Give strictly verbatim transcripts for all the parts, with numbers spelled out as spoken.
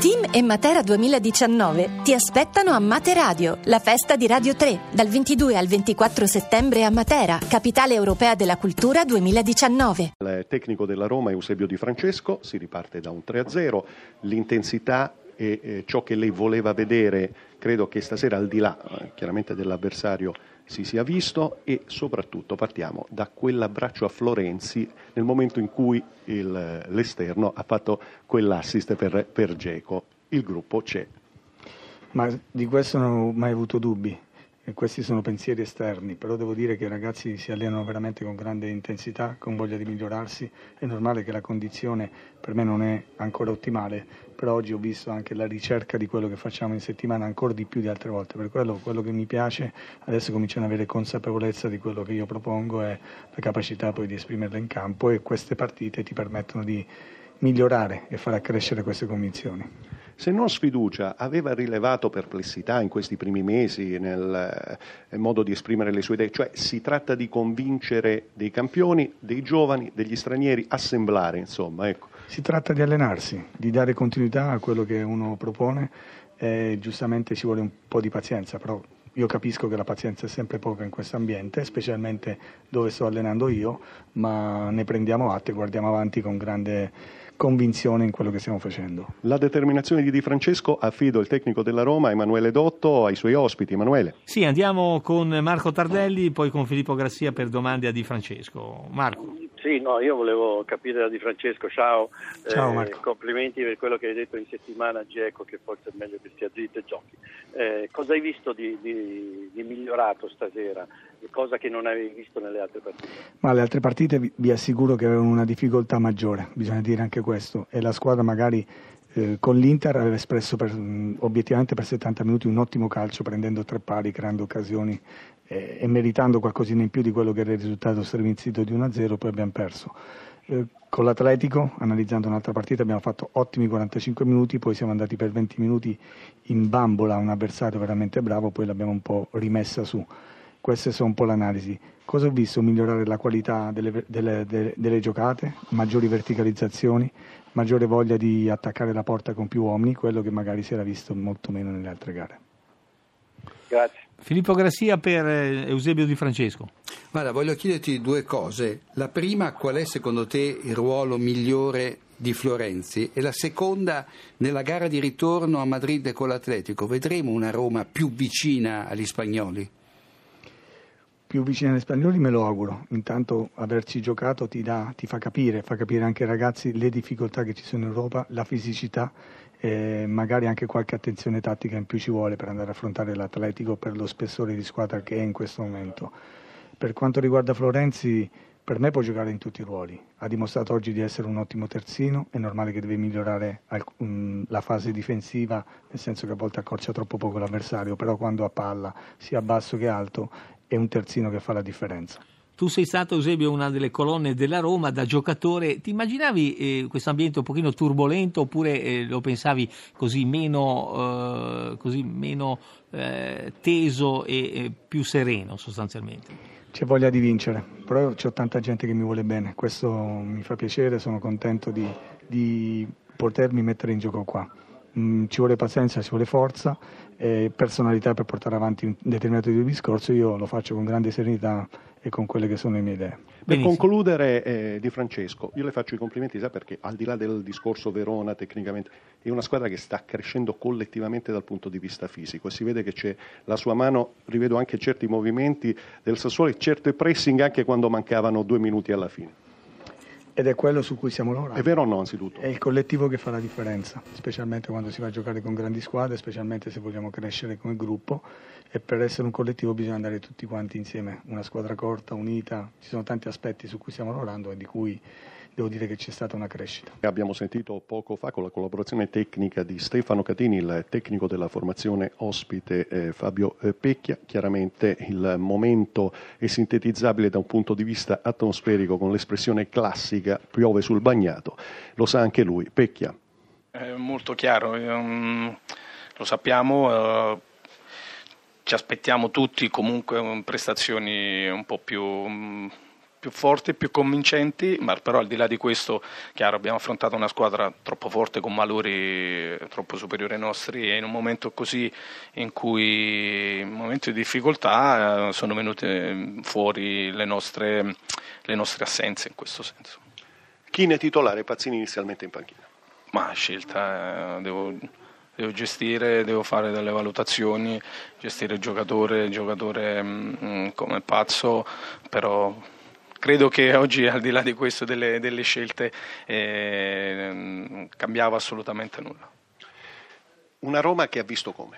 Team e Matera duemiladiciannove ti aspettano a Materadio, la festa di Radio tre, dal ventidue al ventiquattro settembre a Matera, capitale europea della cultura duemiladiciannove. Il tecnico della Roma è Eusebio Di Francesco, si riparte da un tre a zero, l'intensità e eh, ciò che lei voleva vedere, credo che stasera al di là eh, chiaramente dell'avversario si sia visto, e soprattutto partiamo da quell'abbraccio a Florenzi nel momento in cui il, l'esterno ha fatto quell'assist per, per Dzeko. Il gruppo c'è. Ma di questo non ho mai avuto dubbi, e questi sono pensieri esterni, però devo dire che i ragazzi si allenano veramente con grande intensità, con voglia di migliorarsi. È normale che la condizione per me non è ancora ottimale, però oggi ho visto anche la ricerca di quello che facciamo in settimana ancora di più di altre volte. Per quello, quello che mi piace, adesso cominciano ad avere consapevolezza di quello che io propongo e la capacità poi di esprimerla in campo, e queste partite ti permettono di migliorare e far accrescere queste convinzioni. Se non sfiducia, aveva rilevato perplessità in questi primi mesi nel, nel modo di esprimere le sue idee, cioè si tratta di convincere dei campioni, dei giovani, degli stranieri, assemblare, insomma, ecco. Si tratta di allenarsi, di dare continuità a quello che uno propone, e giustamente ci vuole un po' di pazienza, però io capisco che la pazienza è sempre poca in questo ambiente, specialmente dove sto allenando io, ma ne prendiamo atto e guardiamo avanti con grande convinzione in quello che stiamo facendo. La determinazione di Di Francesco, affido il tecnico della Roma, Emanuele Dotto, ai suoi ospiti. Emanuele. Sì, andiamo con Marco Tardelli, poi con Filippo Grassia per domande a Di Francesco. Marco. Sì, no, io volevo capire da Di Francesco, ciao, ciao eh, Marco. Complimenti per quello che hai detto in settimana a Dzeko, che forse è meglio che stia zitto e giochi. Eh, cosa hai visto di, di, di migliorato stasera? Cosa che non avevi visto nelle altre partite? Ma le altre partite vi, vi assicuro che avevano una difficoltà maggiore, bisogna dire anche questo, e la squadra magari eh, con l'Inter aveva espresso per, mh, obiettivamente per settanta minuti un ottimo calcio, prendendo tre pali, creando occasioni eh, e meritando qualcosina in più di quello che era il risultato sterminzito di uno a zero, poi abbiamo perso. Eh, con l'Atletico, analizzando un'altra partita, abbiamo fatto ottimi quarantacinque minuti, poi siamo andati per venti minuti in bambola a un avversario veramente bravo, poi l'abbiamo un po' rimessa su. Queste sono un po' l'analisi. Cosa ho visto? Migliorare la qualità delle, delle, delle, delle giocate, maggiori verticalizzazioni, maggiore voglia di attaccare la porta con più uomini, quello che magari si era visto molto meno nelle altre gare. Grazie. Filippo Grassia per Eusebio Di Francesco. Guarda, voglio chiederti due cose. La prima, qual è secondo te il ruolo migliore di Florenzi? E la seconda, nella gara di ritorno a Madrid con l'Atletico, vedremo una Roma più vicina agli spagnoli? Più vicino agli spagnoli me lo auguro, intanto averci giocato ti, dà, ti fa capire, fa capire anche ai ragazzi le difficoltà che ci sono in Europa, la fisicità, e magari anche qualche attenzione tattica in più ci vuole per andare a affrontare l'Atletico per lo spessore di squadra che è in questo momento. Per quanto riguarda Florenzi, per me può giocare in tutti i ruoli, ha dimostrato oggi di essere un ottimo terzino, è normale che deve migliorare la fase difensiva, nel senso che a volte accorcia troppo poco l'avversario, però quando ha palla, sia basso che alto, è un terzino che fa la differenza. Tu sei stato, Eusebio, una delle colonne della Roma da giocatore. Ti immaginavi eh, questo ambiente un pochino turbolento, oppure eh, lo pensavi così meno, eh, così meno eh, teso e eh, più sereno sostanzialmente? C'è voglia di vincere, però c'è tanta gente che mi vuole bene, questo mi fa piacere, sono contento di, di potermi mettere in gioco qua. Mm, ci vuole pazienza, ci vuole forza e personalità per portare avanti un determinato tipo di discorso. Io lo faccio con grande serenità e con quelle che sono le mie idee. Per Benissimo. concludere, eh, Di Francesco, io le faccio i complimenti, sa perché al di là del discorso Verona tecnicamente è una squadra che sta crescendo collettivamente dal punto di vista fisico e si vede che c'è la sua mano, rivedo anche certi movimenti del Sassuolo e certe pressing anche quando mancavano due minuti alla fine. Ed è quello su cui stiamo lavorando. È vero o no, anzitutto? È il collettivo che fa la differenza, specialmente quando si va a giocare con grandi squadre, specialmente se vogliamo crescere come gruppo, e per essere un collettivo bisogna andare tutti quanti insieme, una squadra corta, unita. Ci sono tanti aspetti su cui stiamo lavorando e di cui devo dire che c'è stata una crescita. Abbiamo sentito poco fa con la collaborazione tecnica di Stefano Catini, il tecnico della formazione ospite eh, Fabio eh, Pecchia. Chiaramente il momento è sintetizzabile da un punto di vista atmosferico con l'espressione classica piove sul bagnato, lo sa anche lui. Pecchia. È molto chiaro, um, lo sappiamo, uh, ci aspettiamo tutti comunque prestazioni un po' più... Um, più forti, più convincenti, ma però al di là di questo, chiaro, abbiamo affrontato una squadra troppo forte con valori troppo superiori ai nostri e in un momento così in cui in momenti di difficoltà sono venute fuori le nostre, le nostre assenze in questo senso. Chi ne è titolare? Pazzini inizialmente in panchina? Ma scelta, devo, devo gestire, devo fare delle valutazioni, gestire il giocatore, il giocatore mh, come pazzo, però credo che oggi al di là di questo delle, delle scelte eh, cambiava assolutamente nulla. Una Roma che ha visto come?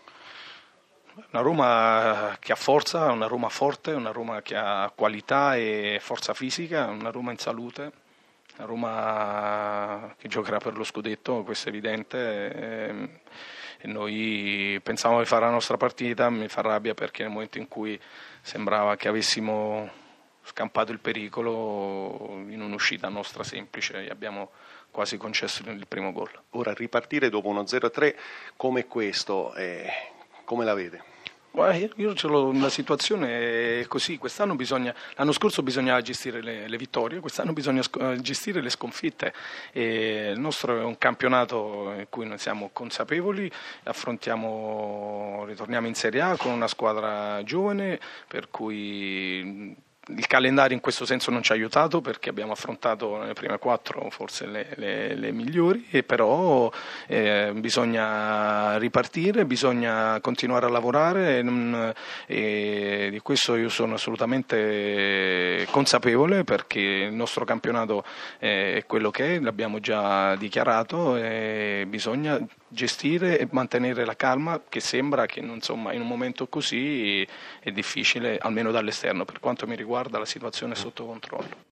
Una Roma che ha forza, una Roma forte, una Roma che ha qualità e forza fisica, una Roma in salute. La Roma che giocherà per lo scudetto, questo è evidente, e noi pensavamo di fare la nostra partita. Mi fa rabbia perché nel momento in cui sembrava che avessimo scampato il pericolo, in un'uscita nostra semplice abbiamo quasi concesso il primo gol. Ora ripartire dopo uno zero a tre come questo, eh, come la vede? Io ce l'ho, la situazione è così, quest'anno bisogna, l'anno scorso bisognava gestire le, le vittorie, quest'anno bisogna sc- gestire le sconfitte. E il nostro è un campionato in cui non siamo consapevoli, affrontiamo, ritorniamo in Serie A con una squadra giovane, per cui il calendario in questo senso non ci ha aiutato perché abbiamo affrontato nelle prime quattro forse le, le, le migliori, e però eh, bisogna ripartire, bisogna continuare a lavorare e, non, e di questo io sono assolutamente consapevole perché il nostro campionato è quello che è, l'abbiamo già dichiarato e bisogna gestire e mantenere la calma, che sembra che insomma in un momento così è difficile, almeno dall'esterno. Per quanto mi riguarda la situazione è sotto controllo.